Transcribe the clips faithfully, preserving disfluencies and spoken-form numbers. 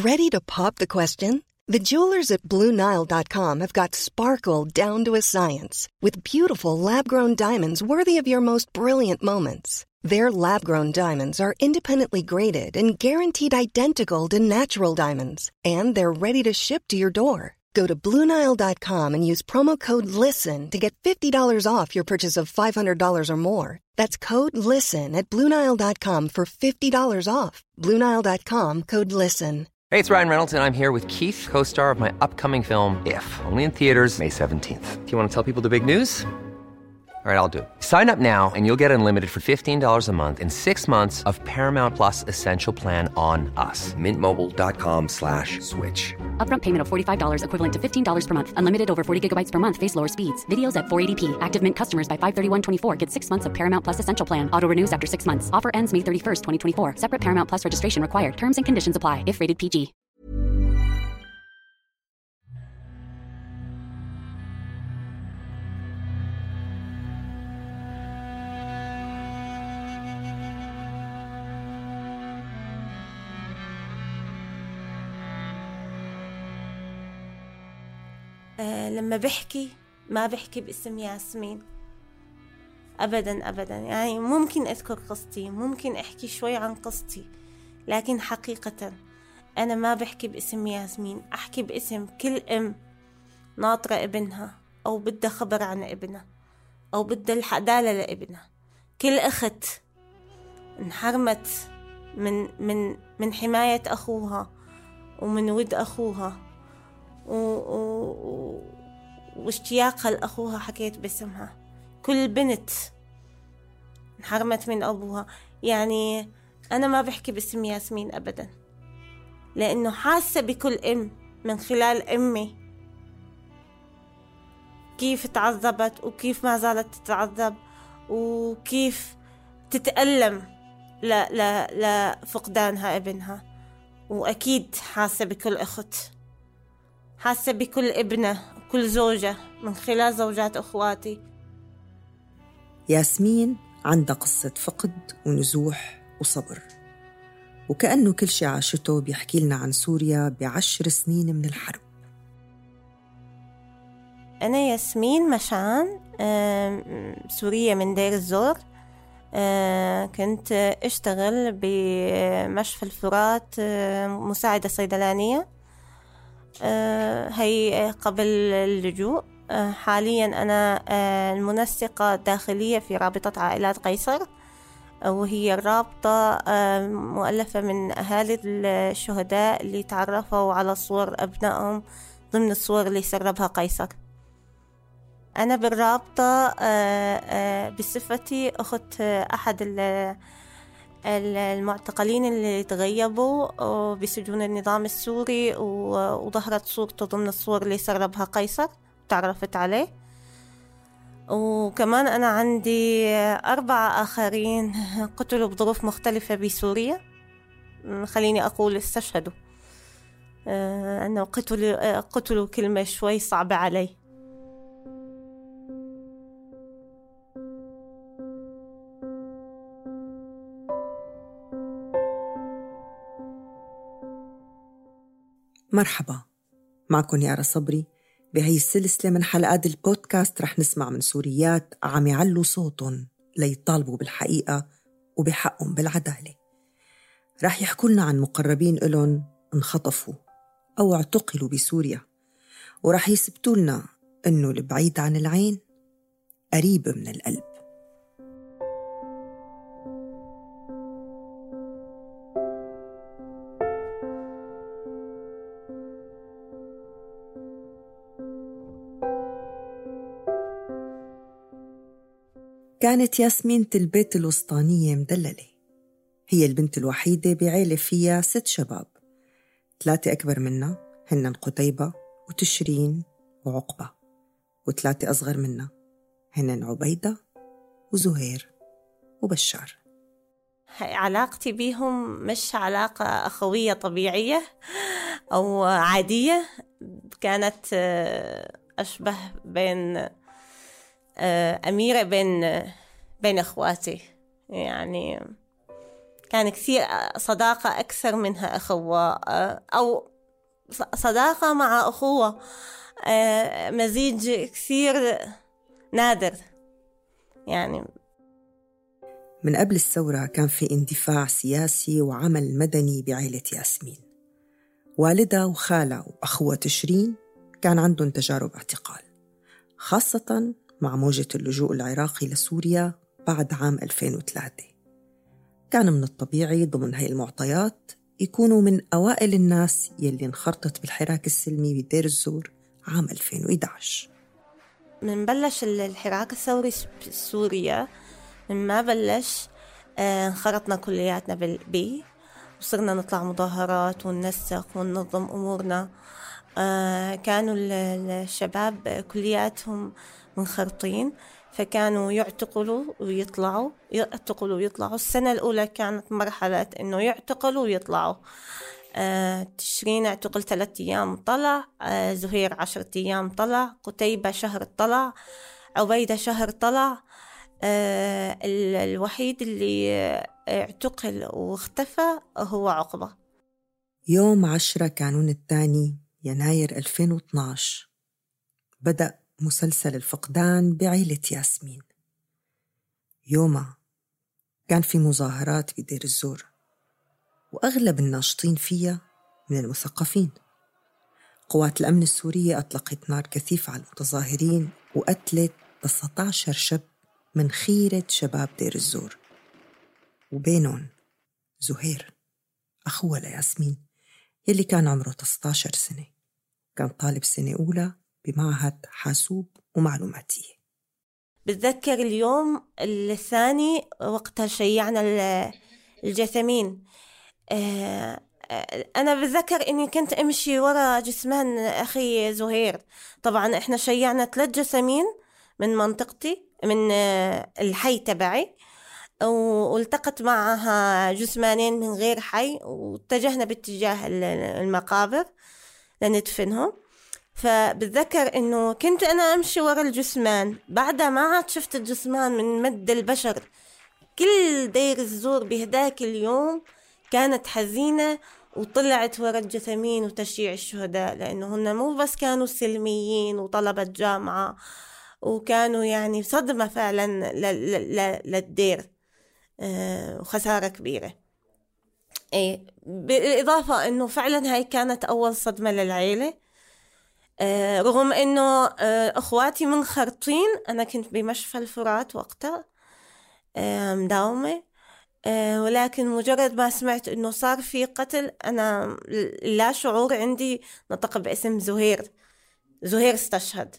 Ready to pop the question? The jewelers at Blue Nile dot com have got sparkle down to a science with beautiful lab-grown diamonds worthy of your most brilliant moments. Their lab-grown diamonds are independently graded and guaranteed identical to natural diamonds, and they're ready to ship to your door. Go to Blue Nile dot com and use promo code LISTEN to get fifty dollars off your purchase of five hundred dollars or more. That's code LISTEN at Blue Nile dot com for fifty dollars off. Blue Nile dot com, code LISTEN. Hey, it's Ryan Reynolds, and I'm here with Keith, co-star of my upcoming film, If, only in theaters May seventeenth. Do you want to tell people the big news? All right, I'll do it. Sign up now and you'll get unlimited for fifteen dollars a month and six months of Paramount Plus Essential Plan on us. Mint Mobile dot com slash switch. Upfront payment of forty-five dollars equivalent to fifteen dollars per month. Unlimited over forty gigabytes per month. Face lower speeds. Videos at four eighty p. Active Mint customers by five thirty-one twenty-four get six months of Paramount Plus Essential Plan. Auto renews after six months. Offer ends May thirty-first, twenty twenty-four. Separate Paramount Plus registration required. Terms and conditions apply if rated P G. أه لما بحكي ما بحكي باسم ياسمين أبدا أبدا. يعني ممكن أذكر قصتي، ممكن أحكي شوي عن قصتي، لكن حقيقة أنا ما بحكي باسم ياسمين. أحكي باسم كل أم ناطرة ابنها أو بدها خبر عن ابنها أو بدها العدالة لابنها. كل أخت انحرمت من من من حماية أخوها ومن ود أخوها و... و... واشتياقها لأخوها حكيت باسمها. كل بنت انحرمت من أبوها. يعني أنا ما بحكي باسم ياسمين أبدا، لأنه حاسة بكل أم من خلال أمي كيف تعذبت وكيف ما زالت تتعذب وكيف تتألم ل... ل... لفقدانها ابنها. وأكيد حاسة بكل أخت، حاسة بكل ابنة وكل زوجة من خلال زوجات أخواتي. ياسمين عندها قصة فقد ونزوح وصبر، وكأنه كل شي عاشته بيحكي لنا عن سوريا بعشر سنين من الحرب. أنا ياسمين مشان سورية من دير الزور. كنت أشتغل بمشفى الفرات مساعدة صيدلانية، هي قبل اللجوء. حاليا أنا المنسقة الداخلية في رابطة عائلات قيصر، وهي الرابطة مؤلفة من أهالي الشهداء اللي تعرفوا على صور أبنائهم ضمن الصور اللي سربها قيصر. أنا بالرابطة بصفتي أخت أحد المعتقلين اللي تغيبوا بسجون النظام السوري، وظهرت صورته ضمن الصور اللي سربها قيصر تعرفت عليه. وكمان أنا عندي أربعة آخرين قتلوا بظروف مختلفة بسوريا، خليني أقول استشهدوا، أنه قتلوا, قتلوا كلمة شوي صعبة علي. مرحبا، معكم يارا صبري. بهي السلسلة من حلقات البودكاست رح نسمع من سوريات عم يعلوا صوتهم ليطالبوا بالحقيقة وبحقهم بالعدالة. رح يحكوا لنا عن مقربين إلهم انخطفوا أو اعتقلوا بسوريا، ورح يثبتوا لنا إنه البعيد عن العين قريب من القلب. كانت ياسمين البيت الوسطانية مدللة. هي البنت الوحيدة بعيلة فيها ست شباب، ثلاثة أكبر منها هن قتيبة وتشرين وعقبة، وثلاثة أصغر منها هن عبيدة وزهير وبشار. علاقتي بيهم مش علاقة أخوية طبيعية أو عادية، كانت أشبه بين أميرة بين بين أخواتي. يعني كان كثير صداقة أكثر منها أخوة، أو صداقة مع أخوة، مزيج كثير نادر يعني. من قبل الثورة كان في اندفاع سياسي وعمل مدني بعائلة ياسمين. والدها وخالها وأخوها تشرين كان عندهم تجارب اعتقال، خاصة مع موجة اللجوء العراقي لسوريا بعد عام ألفين وثلاثة. كان من الطبيعي ضمن هاي المعطيات يكونوا من أوائل الناس يلي انخرطت بالحراك السلمي بدير الزور عام ألفين وإحدى عشر. من بلش الحراك الثوري بسوريا، من ما بلش انخرطنا كلياتنا بالبي، وصرنا نطلع مظاهرات وننسق وننظم أمورنا. كانوا الشباب كلياتهم منخرطين، فكانوا يعتقلوا ويطلعوا، يعتقلوا ويطلعوا. السنة الأولى كانت مرحلة إنه يعتقلوا ويطلعوا. آه، تشرين اعتقل ثلاثة أيام طلع، آه، زهير عشرة أيام طلع، قتيبة شهر طلع، عبيدة شهر طلع. آه، الوحيد اللي اعتقل واختفى هو عقبة. يوم عشرة كانون الثاني يناير ألفين واثني عشر بدأ مسلسل الفقدان بعيلة ياسمين. يومها كان في مظاهرات بدير الزور، وأغلب الناشطين فيها من المثقفين. قوات الأمن السورية أطلقت نار كثيفة على المتظاهرين وقتلت تسعة عشر شاب من خيرة شباب دير الزور، وبينهم زهير أخوها لياسمين يلي كان عمره تسعة عشر سنة، كان طالب سنة أولى بمعهد حاسوب ومعلوماتية. بتذكر اليوم الثاني وقتها شيعنا الجثمين. أنا بتذكر إني كنت أمشي ورا جثمان أخي زهير. طبعا إحنا شيعنا ثلاث جثمين من منطقتي، من الحي تبعي، والتقت معها جثمانين من غير حي، واتجهنا باتجاه المقابر لندفنهم. فبتذكر إنه كنت أنا أمشي ورا الجثمان، بعدها ما عاد شفت الجثمان من مد البشر. كل دير الزور بهداك اليوم كانت حزينة، وطلعت ورا الجثمين وتشييع الشهداء، لأنه هن مو بس كانوا سلميين وطلبة جامعة، وكانوا يعني صدمة فعلا للدير، وخسارة كبيرة. إيه، بالإضافة أنه فعلا هاي كانت أول صدمة للعيلة. آه، رغم أنه آه، أخواتي منخرطين، أنا كنت بمشفى الفرات وقتها آه، مداومة، آه، ولكن مجرد ما سمعت أنه صار في قتل، أنا لا شعور عندي نطق باسم زهير. زهير استشهد،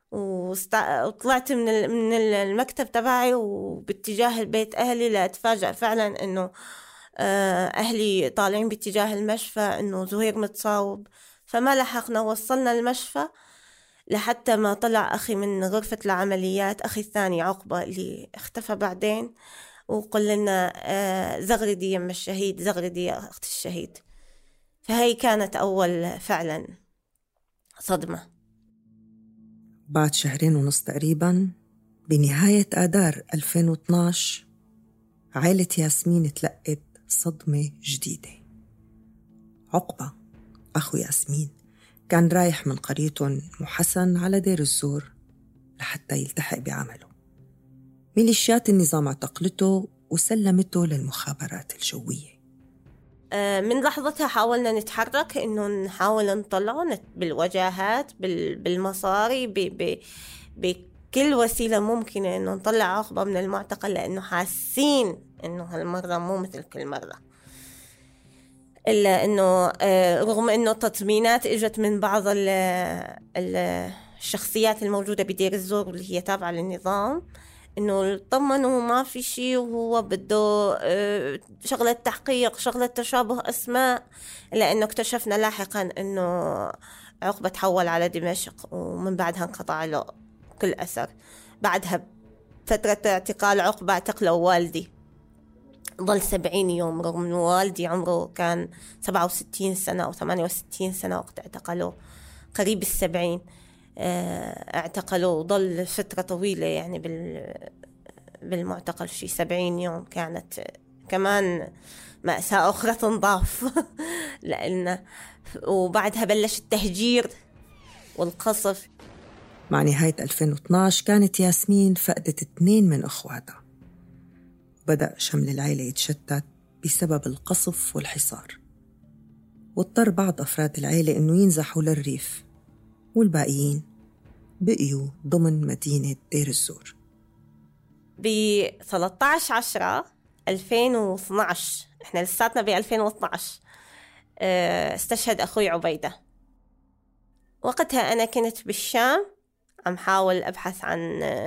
وطلعت من من المكتب تبعي وباتجاه البيت أهلي، لأتفاجأ فعلا أنه آه، أهلي طالعين باتجاه المشفى أنه زهير متصاوب. فما لحقنا، وصلنا المشفى لحتى ما طلع أخي من غرفة العمليات، أخي الثاني عقبة اللي اختفى بعدين، وقل لنا آه زغردي يم الشهيد، زغردي يا أخت الشهيد. فهي كانت أول فعلا صدمة. بعد شهرين ونص تقريبا، بنهاية آذار ألفين واثني عشر، عائلة ياسمين تلقت صدمة جديدة. عقبة أخو ياسمين كان رايح من قريتهم محسن على دير الزور لحتى يلتحق بعمله. ميليشيات النظام اعتقلته وسلمته للمخابرات الجوية. من لحظتها حاولنا نتحرك، إنه نحاول نطلعه بالوجهات، بالمصاري، بكل وسيلة ممكنة، إنه نطلع عقبة من المعتقل، لأنه حاسين إنه هالمرة مو مثل كل مرة. إلا إنه رغم إنه تطمينات إجت من بعض الشخصيات الموجودة بدير الزور اللي هي تابعة للنظام، إنه طمنوا ما في شيء، وهو بده شغلة تحقيق، شغلة تشابه أسماء. لأنه اكتشفنا لاحقا إنه عقبة تحول على دمشق، ومن بعدها انقطع له كل أثر. بعدها فترة اعتقال عقبة اعتقلوا والدي، ضل سبعين يوم، رغم أن والدي عمره كان سبعة وستين سنة أو ثمانية وستين سنة وقت اعتقلوا، قريب السبعين اعتقلوا، وضل فترة طويلة يعني بالمعتقل، شي سبعين يوم كانت. كمان مأساة أخرى تنضاف لأن وبعدها بلش التهجير والقصف. مع نهاية ألفين واثني عشر كانت ياسمين فقدت اثنين من أخواتها، بدأ شمل العيلة يتشتت بسبب القصف والحصار، واضطر بعض أفراد العيلة إنه ينزحوا للريف، والباقيين بقيوا ضمن مدينة دير الزور. ب ثلاثة عشر عشرة ألفين واثني عشر، إحنا لساتنا ب ألفين واثني عشر، استشهد أخوي عبيدة. وقتها أنا كنت بالشام عم حاول أبحث عن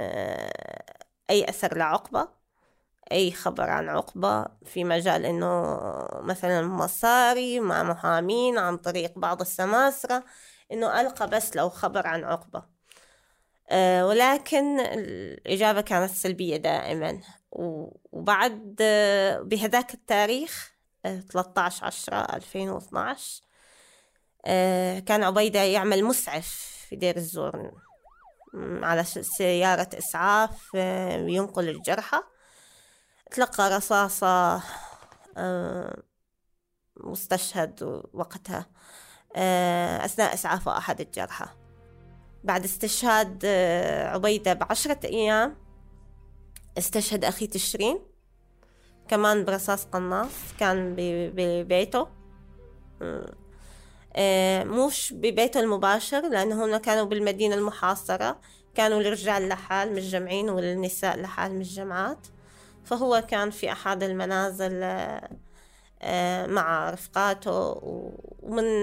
أي أثر لعقبة، أي خبر عن عقبة في مجال إنه مثلا مصاري مع محامين عن طريق بعض السماسرة، إنه ألقى بس لو خبر عن عقبة. أه ولكن الإجابة كانت سلبية دائما. وبعد أه بهذاك التاريخ أه ثلاثة عشر عشرة ألفين واثني عشر أه كان عبيدة يعمل مسعف في دير الزور على سيارة إسعاف أه ينقل الجرحى. تلقى رصاصة أه واستشهد وقتها أه أثناء إسعاف أحد الجرحى. بعد استشهاد عبيدة بعشرة أيام استشهد أخي تشرين كمان برصاص قناص، كان ببيته، مش ببيته المباشر لأنه هنا كانوا بالمدينة المحاصرة، كانوا الرجال لحال متجمعين والنساء لحال متجمعات، فهو كان في أحد المنازل مع رفقاته، ومن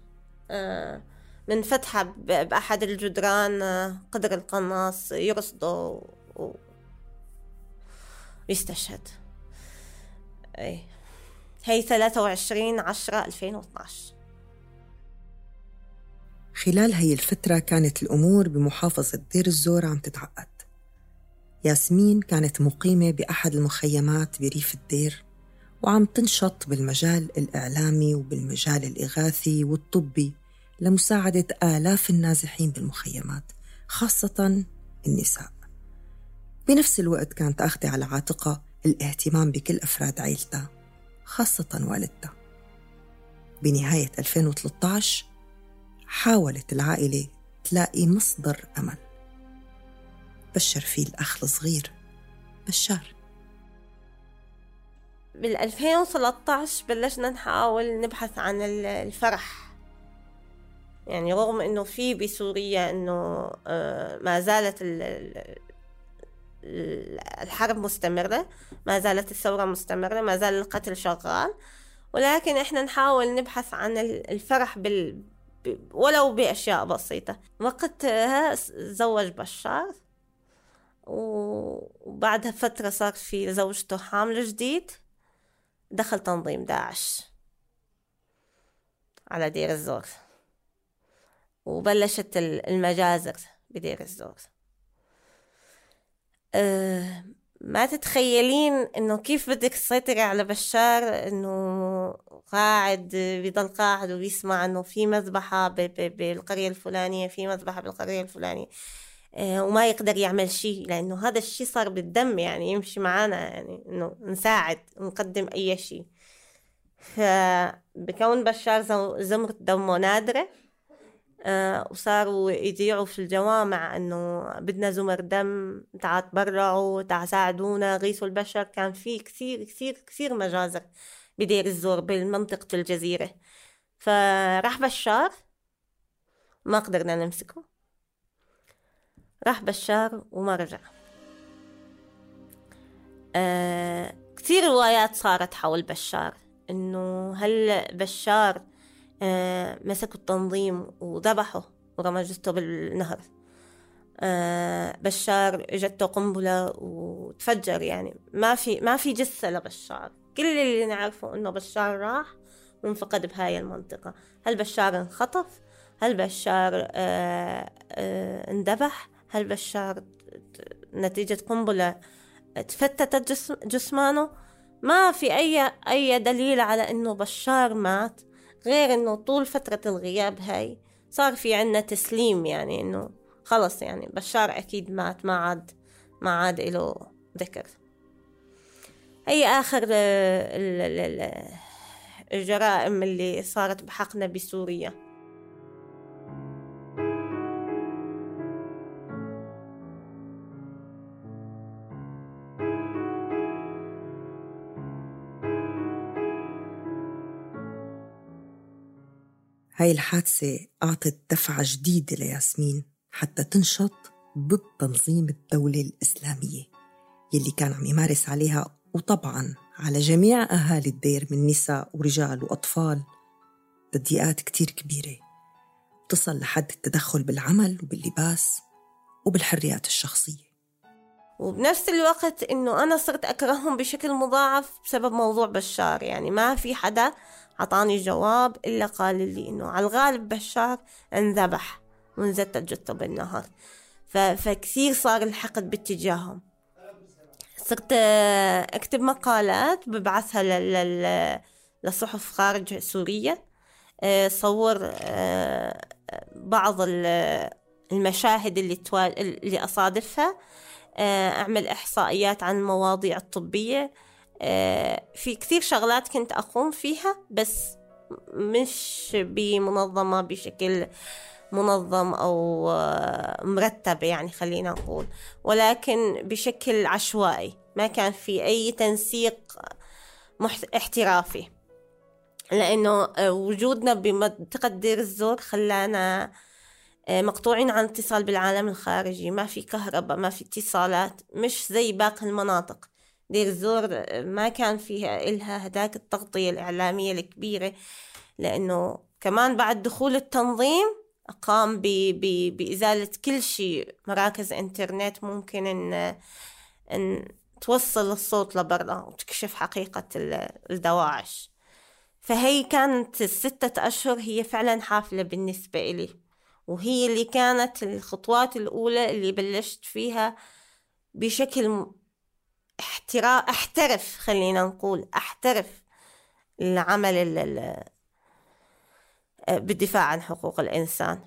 من فتحة بأحد الجدران قدر القناص يرصده ويستشهد. أي هي ثلاثة وعشرين عشرة ألفين واثني عشر. خلال هي الفترة كانت الأمور بمحافظة دير الزور عم تتعقد. ياسمين كانت مقيمة بأحد المخيمات بريف الدير، وعم تنشط بالمجال الإعلامي وبالمجال الإغاثي والطبي لمساعدة آلاف النازحين بالمخيمات، خاصة النساء. بنفس الوقت كانت أخذة على عاتقها الاهتمام بكل أفراد عائلتها، خاصة والدتها. بنهاية ألفين وثلاثة عشر حاولت العائلة تلاقي مصدر أمل، بشر فيه الأخ الصغير بشار. بال2013 بلشنا نحاول نبحث عن الفرح، يعني رغم إنه في بسوريا إنه ما زالت الحرب مستمرة، ما زالت الثورة مستمرة، ما زال القتل شغال، ولكن إحنا نحاول نبحث عن الفرح بال ولو بأشياء بسيطة. وقتها زوج بشار، وبعدها فترة صار في زوجته حامل جديد، دخل تنظيم داعش على دير الزور، وبلشت المجازر بدير الزور. أه ما تتخيلين إنه كيف بدك تسيطري على بشار إنه قاعد بيضل قاعد وبيسمع إنه في مذبحة بالقرية الفلانية، في مذبحة بالقرية الفلانية، أه وما يقدر يعمل شيء لأنه هذا الشيء صار بالدم، يعني يمشي معنا، يعني إنه نساعد ونقدم أي شيء. فبكون بشار زمرة دمه نادرة، آه وصاروا يذيعوا في الجوامع إنه بدنا زمر دم، تعال تبرعوا، تعال ساعدونا، غيثوا البشر. كان في كثير كثير كثير مجازر بدير الزور بالمنطقة الجزيرة. فراح بشار، ما قدرنا نمسكه، راح بشار وما رجع. آه كثير روايات صارت حول بشار، إنه هل بشار آه مسكوا التنظيم وذبحوا ورمى جثته بالنهر، آه بشار اجته قنبلة وتفجر، يعني ما في ما في جثة لبشار. كل اللي نعرفه انه بشار راح وانفقد بهاي المنطقة. هل بشار انخطف؟ هل بشار آه آه اندبح؟ هل بشار نتيجة قنبلة تفتتت جسم جسمانه؟ ما في اي اي دليل على انه بشار مات، غير إنه طول فترة الغياب هاي صار في عنا تسليم، يعني إنه خلص يعني بشار أكيد مات، ما عاد ما عاد إله ذكر. هي آخر الجرائم اللي صارت بحقنا بسوريا. هاي الحادثة أعطت دفعة جديدة لياسمين حتى تنشط ضد تنظيم الدولة الإسلامية يلي كان عم يمارس عليها وطبعاً على جميع أهالي الدير من نساء ورجال وأطفال تضييقات كتير كبيرة تصل لحد التدخل بالعمل وباللباس وبالحريات الشخصية. وبنفس الوقت إنه أنا صرت أكرههم بشكل مضاعف بسبب موضوع بشار. يعني ما في حدا عطاني جواب إلا قال لي إنه على الغالب بشار انذبح وانزتت جثته بالنهر. فكثير صار الحقد باتجاههم. صرت أكتب مقالات ببعثها لصحف خارج سوريا، صور بعض المشاهد اللي اللي أصادفها، أعمل إحصائيات عن المواضيع الطبية. في كثير شغلات كنت أقوم فيها بس مش بمنظمة بشكل منظم أو مرتب، يعني خلينا نقول، ولكن بشكل عشوائي، ما كان في أي تنسيق احترافي، لأنه وجودنا بمنطقة دير الزور خلانا مقطوعين عن اتصال بالعالم الخارجي. ما في كهرباء، ما في اتصالات، مش زي باقي المناطق. دير الزور ما كان فيها إلها هداك التغطية الإعلامية الكبيرة، لأنه كمان بعد دخول التنظيم قام بإزالة كل شيء، مراكز إنترنت ممكن إن, إن توصل الصوت لبرا وتكشف حقيقة الدواعش. فهي كانت الستة أشهر هي فعلا حافلة بالنسبة إلي، وهي اللي كانت الخطوات الأولى اللي بلشت فيها بشكل احتراف احترف خلينا نقول احترف العمل بالدفاع عن حقوق الإنسان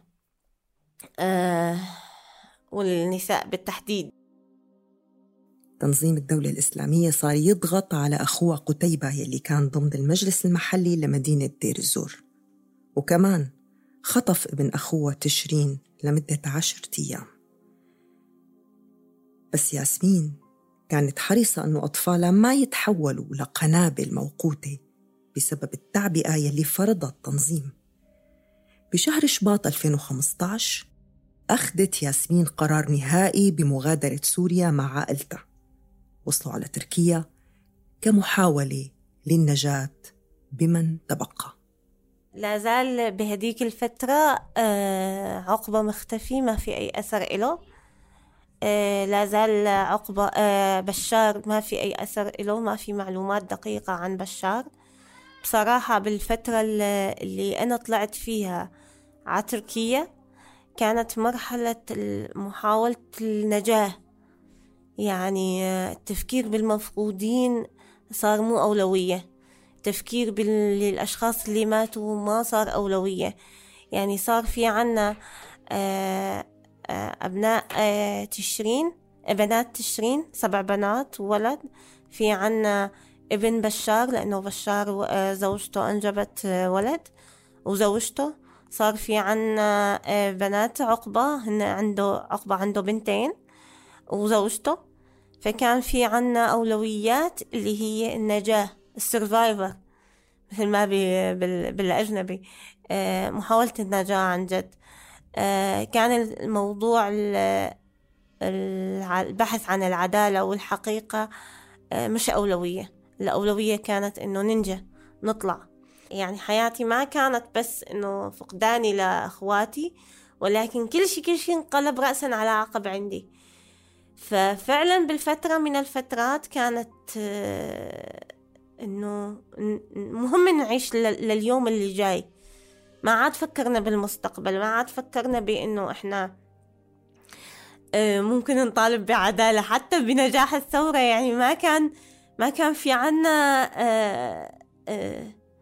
أه والنساء بالتحديد. تنظيم الدولة الإسلامية صار يضغط على أخوه قتيبة يلي كان ضمن المجلس المحلي لمدينة دير الزور، وكمان خطف ابن أخوه تشرين لمدة عشرة أيام. بس ياسمين كانت حريصة أنه أطفالها ما يتحولوا لقنابل موقوتة بسبب التعبئة يلي فرضها التنظيم. بشهر شباط ألفين وخمسة عشر أخذت ياسمين قرار نهائي بمغادرة سوريا مع عائلتها. وصلوا على تركيا كمحاولة للنجاة بمن تبقى. لا زال بهديك الفترة عقبة مختفي، ما في أي أثر إله. لا زال عقبة بشار ما في أي أثر إله، ما في معلومات دقيقة عن بشار. بصراحة بالفترة اللي أنا طلعت فيها على تركيا كانت مرحلة محاولة النجاة، يعني التفكير بالمفقودين صار مو أولوية، التفكير بالأشخاص اللي ماتوا ما صار أولوية. يعني صار في عنا أبناء تشرين، بنات تشرين، سبع بنات وولد. في عنا ابن بشار لأنه بشار زوجته أنجبت ولد وزوجته. صار في عنا بنات عقبة، هن عنده عقبة عنده بنتين وزوجته. فكان في عنا أولويات اللي هي النجاة، السرفايفر مثل ما بالأجنبي، محاولة النجاة عن جد. كان الموضوع البحث عن العدالة والحقيقة مش أولوية. الأولوية كانت إنه ننجى نطلع. يعني حياتي ما كانت بس إنه فقداني لأخواتي، ولكن كل شيء كل شيء انقلب رأساً على عقب عندي. ففعلاً بالفترة من الفترات كانت إنه مهم نعيش لليوم اللي جاي. ما عاد فكرنا بالمستقبل، ما عاد فكرنا بإنه إحنا ممكن نطالب بعدالة حتى بنجاح الثورة. يعني ما كان ما كان في عنا آآ آآ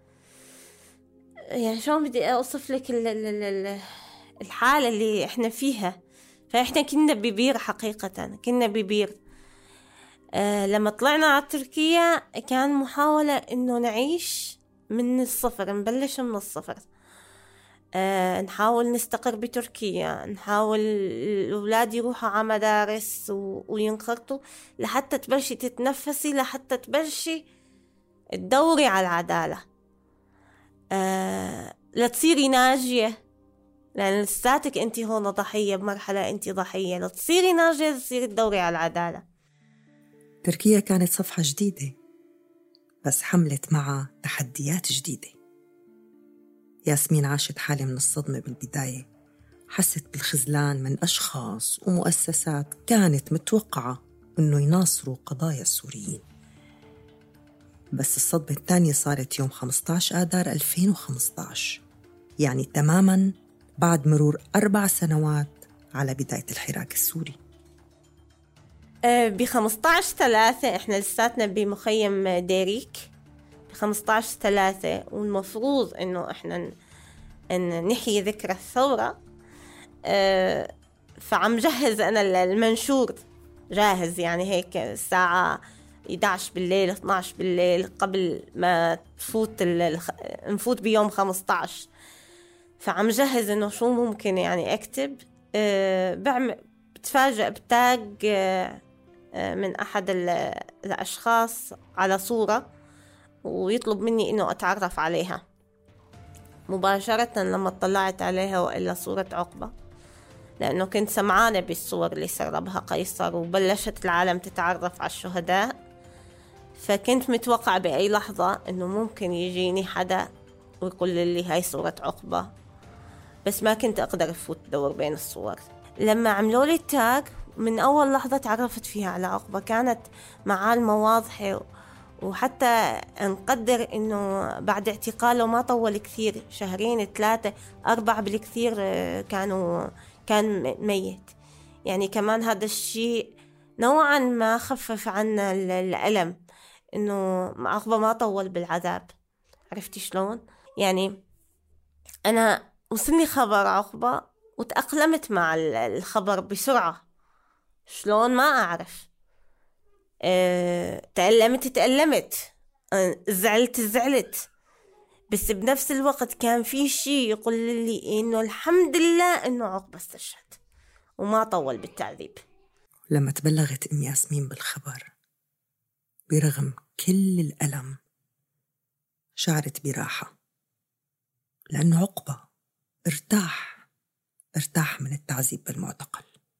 يعني شلون بدي أوصف لك الحالة اللي إحنا فيها. فإحنا كنا ببير، حقيقة كنا ببير. أه لما طلعنا على تركيا كان محاولة إنه نعيش من الصفر، نبلش من الصفر. أه نحاول نستقر بتركيا، نحاول الأولاد يروحوا على مدارس و... وينخرطوا لحتى تبلشي تتنفسي، لحتى تبلشي تدوري على العدالة، أه لتصيري ناجية، لأن لساتك أنت هون ضحية، بمرحلة أنت ضحية، لتصيري ناجية تصيري تدوري على العدالة. تركيا كانت صفحة جديدة، بس حملت معها تحديات جديدة. ياسمين عاشت حالة من الصدمة بالبداية، حست بالخذلان من أشخاص ومؤسسات كانت متوقعة إنه يناصروا قضايا السوريين. بس الصدمة الثانية صارت يوم خمسة عشر آذار ألفين وخمسة عشر، يعني تماماً بعد مرور أربع سنوات على بداية الحراك السوري. ب خمسة عشر ثلاثة إحنا لساتنا بمخيم ديريك ب خمسة عشر ثلاثة، والمفروض إنه إحنا إن نحيي ذكرى الثورة. أه فعم جهز أنا المنشور جاهز، يعني هيك الساعة إحدى عشر بالليل اثني عشر بالليل قبل ما تفوت نفوت بيوم خمسة عشر. فعم جهز إنه شو ممكن يعني أكتب. أه بعمل بتفاجأ بتاج أه من أحد الأشخاص على صورة ويطلب مني إنه أتعرف عليها. مباشرة لما اطلعت عليها وإلا صورة عقبة، لأنه كنت سمعانة بالصور اللي سربها قيصر وبلشت العالم تتعرف على الشهداء، فكنت متوقع بأي لحظة إنه ممكن يجيني حدا ويقول لي هاي صورة عقبة، بس ما كنت أقدر أفوت دور بين الصور. لما عملوا لي التاج من أول لحظة تعرفت فيها على عقبة، كانت معالمة واضحة، وحتى نقدر إنه بعد اعتقاله ما طول كثير، شهرين ثلاثة أربعة بالكثير كانوا كان ميت. يعني كمان هذا الشيء نوعا ما خفف عنا الألم، إنه عقبة ما طول بالعذاب. عرفتي شلون؟ يعني أنا وصلني خبر عقبة وتأقلمت مع الخبر بسرعة، شلون ما أعرف. أه، تألمت تألمت أه، زعلت زعلت، بس بنفس الوقت كان في شيء يقول لي إنه الحمد لله إنه عقبة استشهد وما طول بالتعذيب. لما تبلغت أم ياسمين بالخبر برغم كل الألم شعرت براحة، لأنه عقبة ارتاح ارتاح من التعذيب بالمعتقل.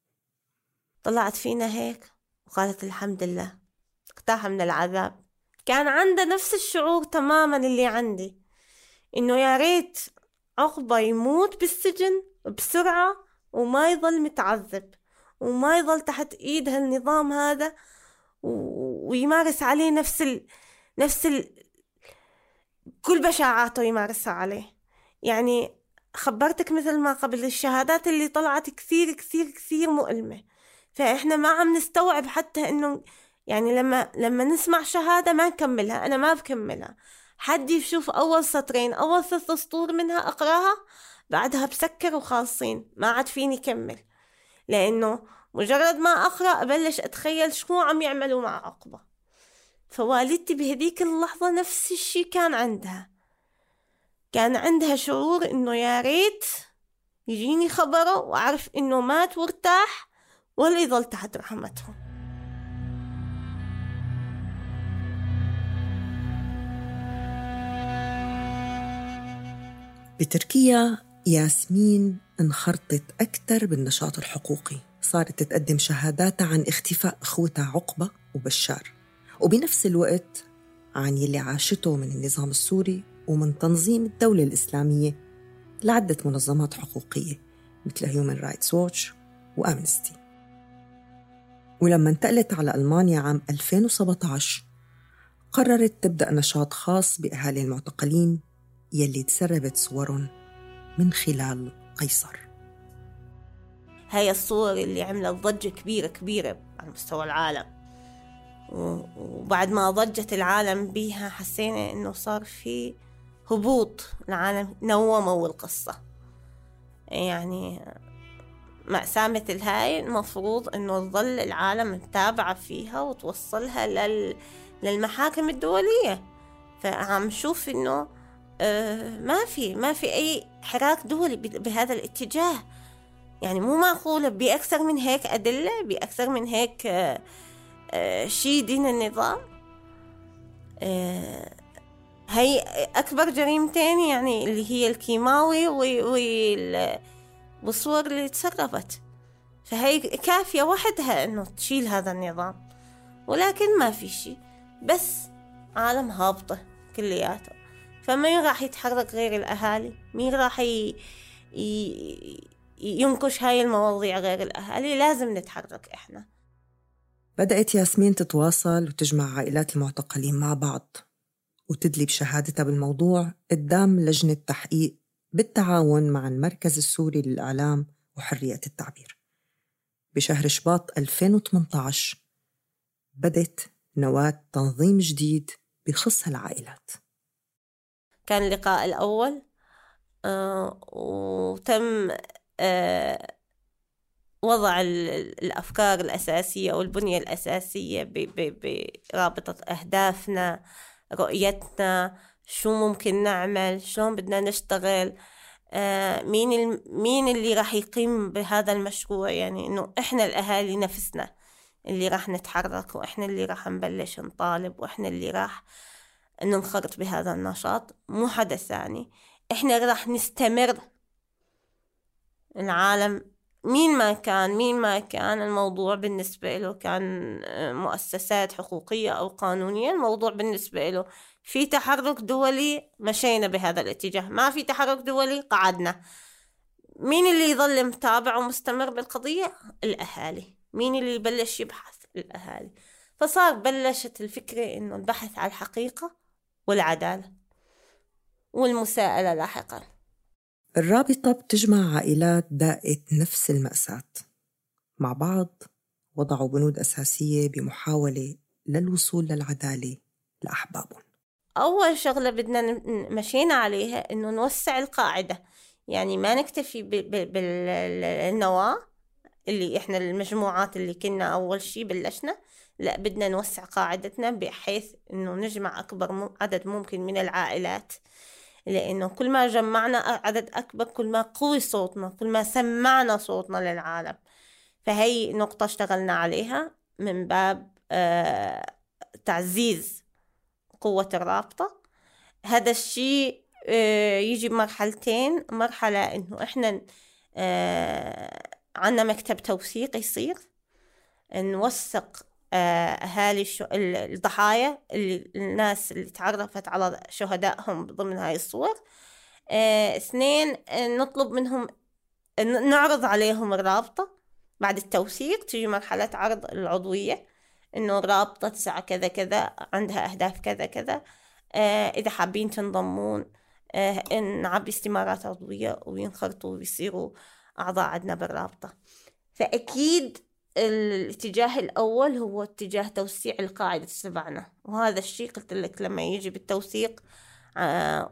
طلعت فينا هيك وقالت الحمد لله ارتاح من العذاب. كان عنده نفس الشعور تماما اللي عندي، إنه يا ريت عقبة يموت بالسجن بسرعة وما يظل متعذب وما يظل تحت إيد هالنظام هذا ويمارس عليه نفس ال... نفس ال... كل بشاعاته يمارسها عليه. يعني خبرتك مثل ما قبل، الشهادات اللي طلعت كثير كثير كثير مؤلمة، فإحنا ما عم نستوعب حتى إنه يعني لما لما نسمع شهادة ما نكملها. أنا ما بكملها، حد يشوف أول سطرين أول ثلاث سطور منها أقراها بعدها بسكر وخالصين، ما عاد فيني كمل، لأنه مجرد ما أقرأ أبلش أتخيل شو عم يعملوا مع عقبة. فوالدتي بهديك اللحظة نفس الشي كان عندها، كان عندها شعور إنه يا ريت يجيني خبره وأعرف إنه مات وارتاح ولا يظل تحت رحمتهم. بتركيا ياسمين انخرطت أكثر بالنشاط الحقوقي، صارت تقدم شهاداتها عن اختفاء أخوتها عقبة وبشار، وبنفس الوقت عن يلي عاشته من النظام السوري ومن تنظيم الدولة الإسلامية لعدة منظمات حقوقية مثل هيومن رايتس ووتش وأمنستي. ولما انتقلت على ألمانيا عام ألفين وسبعة عشر قررت تبدأ نشاط خاص بأهالي المعتقلين يلي تسربت صورهم من خلال قيصر. هاي الصور اللي عملت ضجة كبيرة كبيرة على مستوى العالم، وبعد ما ضجت العالم بيها حسينا إنه صار في هبوط، العالم نوموا القصة. يعني مأساة مثل هاي المفروض إنه تظل العالم متابعة فيها وتوصلها لل... للمحاكم الدولية. فعم شوف إنه آه ما في ما في أي حراك دولي بهذا الاتجاه. يعني مو معقولة بأكثر من هيك أدلة، بأكثر من هيك آه آه شيء دين النظام. آه هي أكبر جريمتين يعني اللي هي الكيماوي والصور اللي تسربت، فهي كافية وحدها إنه تشيل هذا النظام. ولكن ما في شيء، بس عالم هابطة كلياته. فمين راح يتحرك غير الأهالي؟ مين راح ي... ي... ينكش هاي المواضيع غير الأهالي؟ لازم نتحرك إحنا. بدأت ياسمين تتواصل وتجمع عائلات المعتقلين مع بعض وتدلي بشهادتها بالموضوع قدام لجنة تحقيق بالتعاون مع المركز السوري للإعلام وحرية التعبير. بشهر شباط ألفين وثمانية عشر بدت نواة تنظيم جديد بخص العائلات. كان اللقاء الأول آه وتم آه وضع الأفكار الأساسية والبنية الأساسية برابطة أهدافنا، رؤيتنا، شو ممكن نعمل، شلون بدنا نشتغل، آه مين مين اللي راح يقيم بهذا المشروع. يعني إنه إحنا الأهالي نفسنا اللي راح نتحرك، وإحنا اللي راح نبلش نطالب، وإحنا اللي راح ننخرط بهذا النشاط، مو حدا ثاني. إحنا راح نستمر. العالم مين ما كان مين ما كان الموضوع بالنسبة له كان مؤسسات حقوقية أو قانونية، الموضوع بالنسبة له في تحرك دولي مشينا بهذا الاتجاه، ما في تحرك دولي قعدنا. مين اللي يظل متابع ومستمر بالقضية؟ الأهالي. مين اللي يبلش يبحث؟ الأهالي. فصار بلشت الفكرة إنه البحث على الحقيقة والعدالة والمساءلة لاحقا. الرابطة بتجمع عائلات داقت نفس المأساة مع بعض، وضعوا بنود أساسية بمحاولة للوصول للعدالة لأحبابهم. أول شغلة بدنا مشينا عليها إنه نوسع القاعدة، يعني ما نكتفي بالنواة اللي إحنا المجموعات اللي كنا أول شي بلشنا، لا بدنا نوسع قاعدتنا بحيث إنه نجمع أكبر عدد ممكن من العائلات، لأنه كل ما جمعنا عدد أكبر كل ما قوي صوتنا، كل ما سمعنا صوتنا للعالم. فهي نقطة اشتغلنا عليها من باب آه تعزيز قوة الرابطة. هذا الشيء آه يجي بمرحلتين. مرحلة إنه إحنا آه عنا مكتب توثيق يصير، نوثق أهالي الضحايا، اللي الناس اللي تعرفت على شهدائهم ضمن هاي الصور. اه اثنين، نطلب منهم نعرض عليهم الرابطة. بعد التوثيق تيجي مرحلة عرض العضوية، إنه الرابطة تسعى كذا كذا، عندها أهداف كذا كذا، اه إذا حابين تنضمون اه نعبي استمارات عضوية وينخرطوا ويصيروا أعضاء عندنا بالرابطة. فأكيد الاتجاه الأول هو اتجاه توسيع القاعدة تبعنا، وهذا الشيء قلت لك لما يجي بالتوثيق آه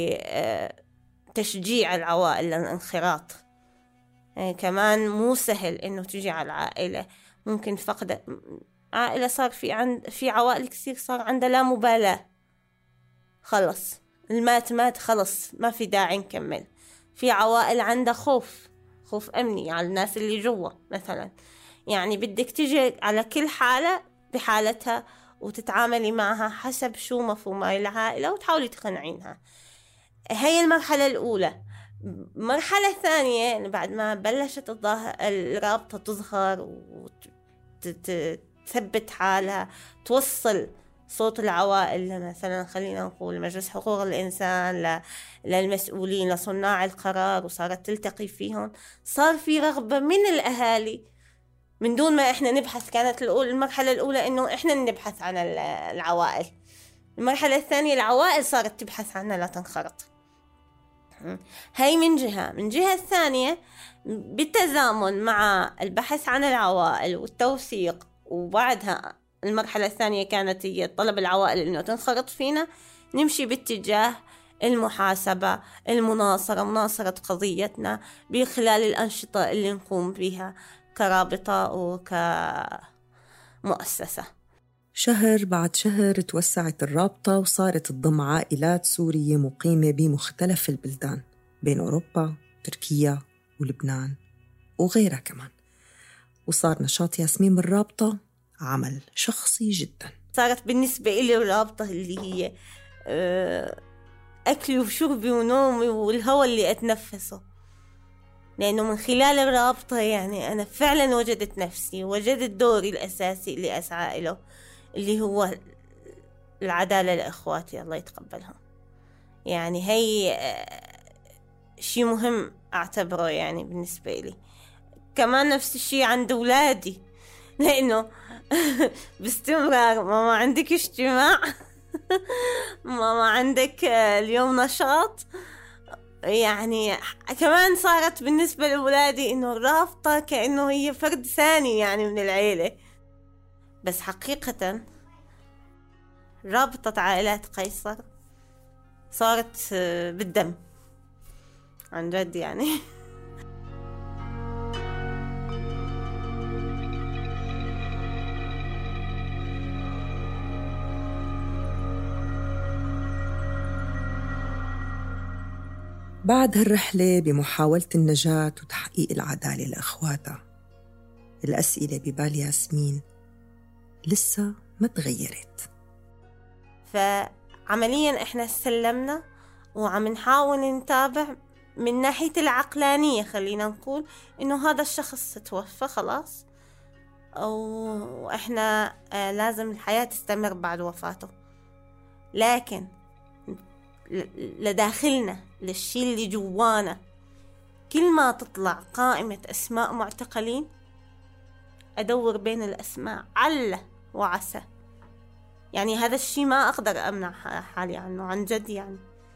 وبتشجيع العوائل للانخراط. يعني كمان مو سهل إنه تجي على العائلة، ممكن فقد عائلة صار في عند في عوائل كثير صار عندها لا مبالاة، خلص المات مات خلص ما في داعي نكمل. في عوائل عندها خوف خوف أمني على الناس اللي جوا مثلا. يعني بدك تجي على كل حالة بحالتها وتتعاملي معها حسب شو مفهوم هاي العائلة وتحاولي تقنعينها. هي المرحلة الأولى. مرحلة ثانية بعد ما بلشت الرابطة تظهر وتثبت حالها، توصل صوت العوائل مثلا خلينا نقول مجلس حقوق الإنسان للمسؤولين لصناع القرار، وصارت تلتقي فيهم. صار في رغبة من الأهالي من دون ما إحنا نبحث. كانت المرحلة الأولى إنه إحنا نبحث عن العوائل، المرحلة الثانية العوائل صارت تبحث عنها لا تنخرط. هاي من جهة. من جهة الثانية بالتزامن مع البحث عن العوائل والتوثيق، وبعدها المرحلة الثانية كانت هي طلب العوائل إنه تنخرط فينا، نمشي باتجاه المحاسبة، المناصرة، مناصرة قضيتنا بخلال الأنشطة اللي نقوم بها كرابطة وكمؤسسة. شهر بعد شهر توسعت الرابطة وصارت تضم عائلات سورية مقيمة بمختلف البلدان بين أوروبا، تركيا ولبنان وغيرها كمان. وصار نشاط ياسمين بالرابطة عمل شخصي جدا. صارت بالنسبة إلي الرابطة اللي هي أكلي وشربي ونومي والهواء اللي أتنفسه، لأنه من خلال الرابطة يعني أنا فعلا وجدت نفسي، وجدت دوري الأساسي اللي أسعى له، اللي هو العدالة لإخواتي الله يتقبلهم. يعني هي شيء مهم أعتبره يعني بالنسبة لي. كمان نفس الشيء عند أولادي، لأنه باستمرار ماما عندك اجتماع ماما عندك اليوم نشاط. يعني كمان صارت بالنسبة لأولادي إنه الرابطة كأنه هي فرد ثاني يعني من العيلة. بس حقيقة رابطة عائلات قيصر صارت بالدم عن جد يعني. بعد هالرحلة بمحاولة النجاة وتحقيق العدالة لإخواتها، الأسئلة ببال ياسمين لسه ما تغيرت. فعمليا إحنا سلمنا وعم نحاول نتابع من ناحية العقلانية، خلينا نقول إنه هذا الشخص توفى خلاص، وإحنا لازم الحياة تستمر بعد وفاته. لكن لداخلنا للشيء اللي جوانا كل ما تطلع قائمة أسماء معتقلين أدور بين الأسماء عل وعسى. يعني هذا الشيء ما أقدر أمنع حالي عنه عن جد. يعني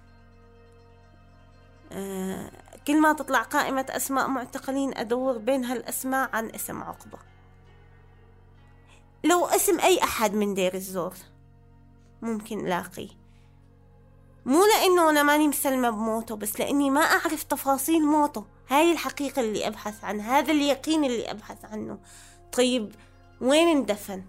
آه كل ما تطلع قائمة أسماء معتقلين أدور بين هالأسماء عن اسم عقبة. لو اسم أي أحد من دير الزور ممكن لاقيه، مو لأنه أنا ماني مسلمة بموته، بس لأني ما أعرف تفاصيل موته. هاي الحقيقة اللي أبحث عن، هذا اليقين اللي أبحث عنه. طيب وين اندفن؟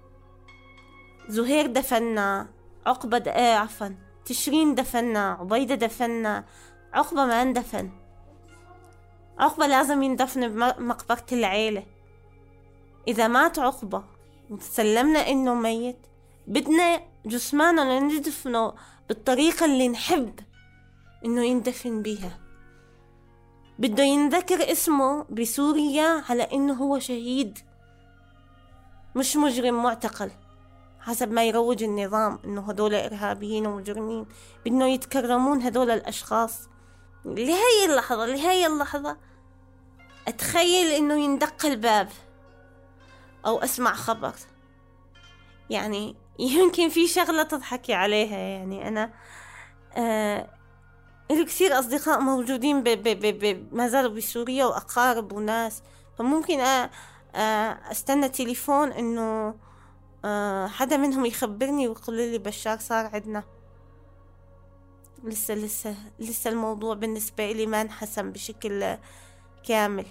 زهير دفنا، عقبة د... آه عفوا تشرين دفنا، عبيدة دفنا، عقبة ما اندفن. عقبة لازم يندفن بمقبرة العيلة. إذا مات عقبة وتسلمنا إنه ميت، بدنا جثمانه ندفنه بالطريقة اللي نحب إنه يندفن بيها. بده ينذكر اسمه بسوريا على إنه هو شهيد، مش مجرم معتقل حسب ما يروج النظام إنه هدول إرهابيين ومجرمين. بدنا يتكرمون هدول الأشخاص. لهي اللحظة لهي اللحظة أتخيل إنه يندق الباب أو أسمع خبر. يعني يمكن في شغلة تضحكي عليها. يعني أنا آه إلي كثير أصدقاء موجودين ب ب ب ب ما زالوا بسوريا وأقارب وناس، فممكن آه آه أستنى تليفون إنه آه حدا منهم يخبرني ويقول لي بشار صار عندنا. لسه لسه لسه الموضوع بالنسبة لي ما انحسم بشكل كامل.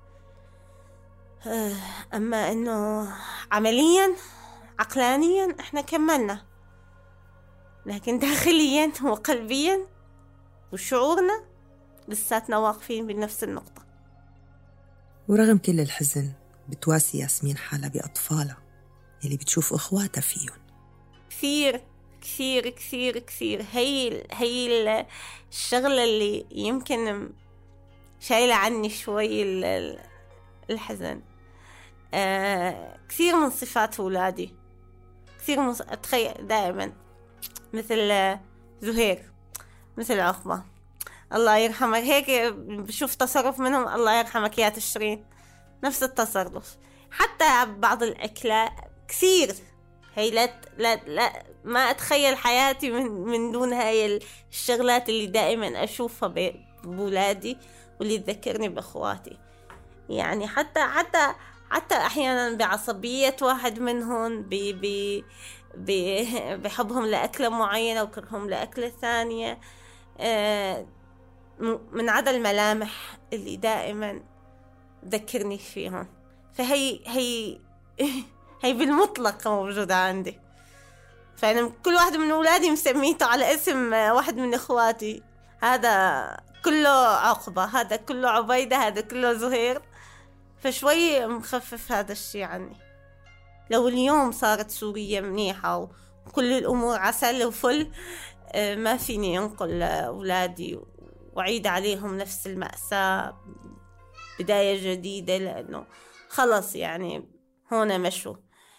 آه أما إنه عمليا عقلانيا احنا كملنا، لكن داخليا وقلبيا وشعورنا لساتنا واقفين بنفس النقطة. ورغم كل الحزن بتواسي ياسمين حالها بأطفالها اللي بتشوف أخواتها فيهم. كثير كثير كثير كثير هي هي الشغلة اللي يمكن شايلة عني شوي الحزن. آه كثير من صفات أولادي، كثير من أتخيل دائما مثل زهير، مثل عقبة الله يرحمك، هيك بشوف تصرف منهم الله يرحمك يا تشرين، نفس التصرف. حتى بعض الأكلات كثير هي لا, لا, لا ما أتخيل حياتي من, من دون هاي الشغلات اللي دائما أشوفها بولادي واللي تذكرني بأخواتي. يعني حتى حتى حتى أحيانا بعصبية واحد منهم بي بي بي بحبهم لأكلة معينة وكرههم لأكلة ثانية. من عدا الملامح اللي دائما ذكرني فيهم. فهي هي هي بالمطلق موجودة عندي. فأنا كل واحد من أولادي مسميته على اسم واحد من إخواتي، هذا كله عقبة، هذا كله عبيدة، هذا كله زهير. فشوي مخفف هذا الشيء عني. لو اليوم صارت سوريا منيحة وكل الأمور عسل وفل، ما فيني أنقل أولادي وأعيد عليهم نفس المأساة بداية جديدة، لأنه خلص يعني هون مشوا.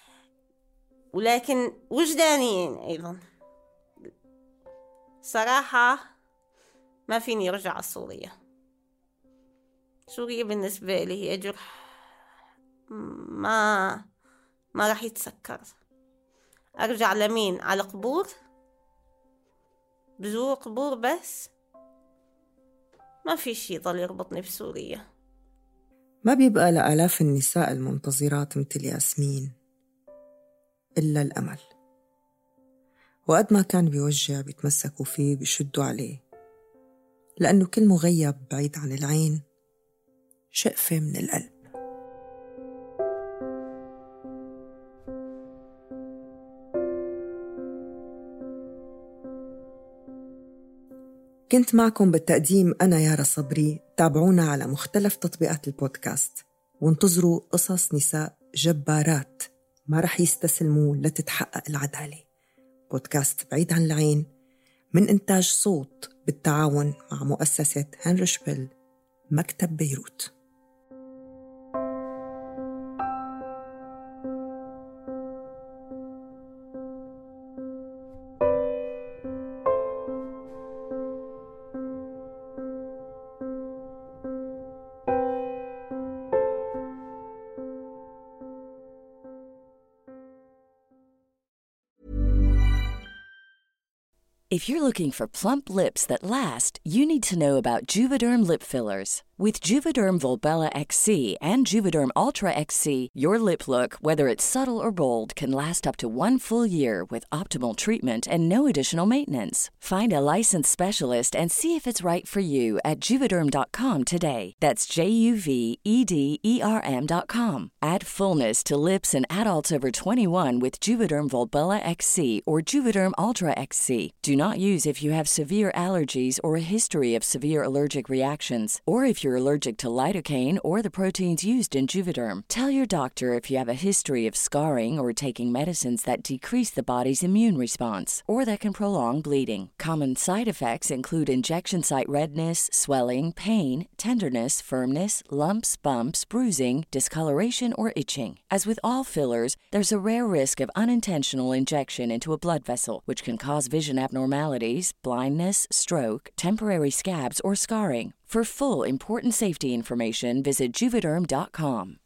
ولكن وجدانيين أيضا صراحة ما فيني أرجع على سوريا. سوريا بالنسبة لي هي جرح ما ما راح يتسكر. أرجع لمين؟ على قبور؟ بزور قبور بس؟ ما في شي ضل يربطني بسوريا. ما بيبقى لآلاف النساء المنتظرات مثل ياسمين إلا الأمل. وقد ما كان بيوجع بيتمسكوا فيه بيشدوا عليه، لأنه كل مغيب بعيد عن العين شقفة من القلب. كنت معكم بالتقديم أنا يارا صبري. تابعونا على مختلف تطبيقات البودكاست وانتظروا قصص نساء جبارات ما رح يستسلموا لتتحقق العدالة. بودكاست بعيد عن العين من إنتاج صوت بالتعاون مع مؤسسة هنري شبيل مكتب بيروت. If you're looking for plump lips that last, you need to know about Juvederm lip fillers. With Juvederm Volbella X C and Juvederm Ultra X C, your lip look, whether it's subtle or bold, can last up to one full year with optimal treatment and no additional maintenance. Find a licensed specialist and see if it's right for you at Juvederm dot com today. That's J U V E D E R M dot com. Add fullness to lips in adults over twenty-one with Juvederm Volbella X C or Juvederm Ultra X C. Do not use if you have severe allergies or a history of severe allergic reactions, or if you're allergic to lidocaine or the proteins used in Juvederm. Tell your doctor if you have a history of scarring or taking medicines that decrease the body's immune response or that can prolong bleeding. Common side effects include injection site redness, swelling, pain, tenderness, firmness, lumps, bumps, bruising, discoloration, or itching. As with all fillers, there's a rare risk of unintentional injection into a blood vessel, which can cause vision abnormalities, blindness, stroke, temporary scabs, or scarring. For full important safety information, visit Juvederm dot com.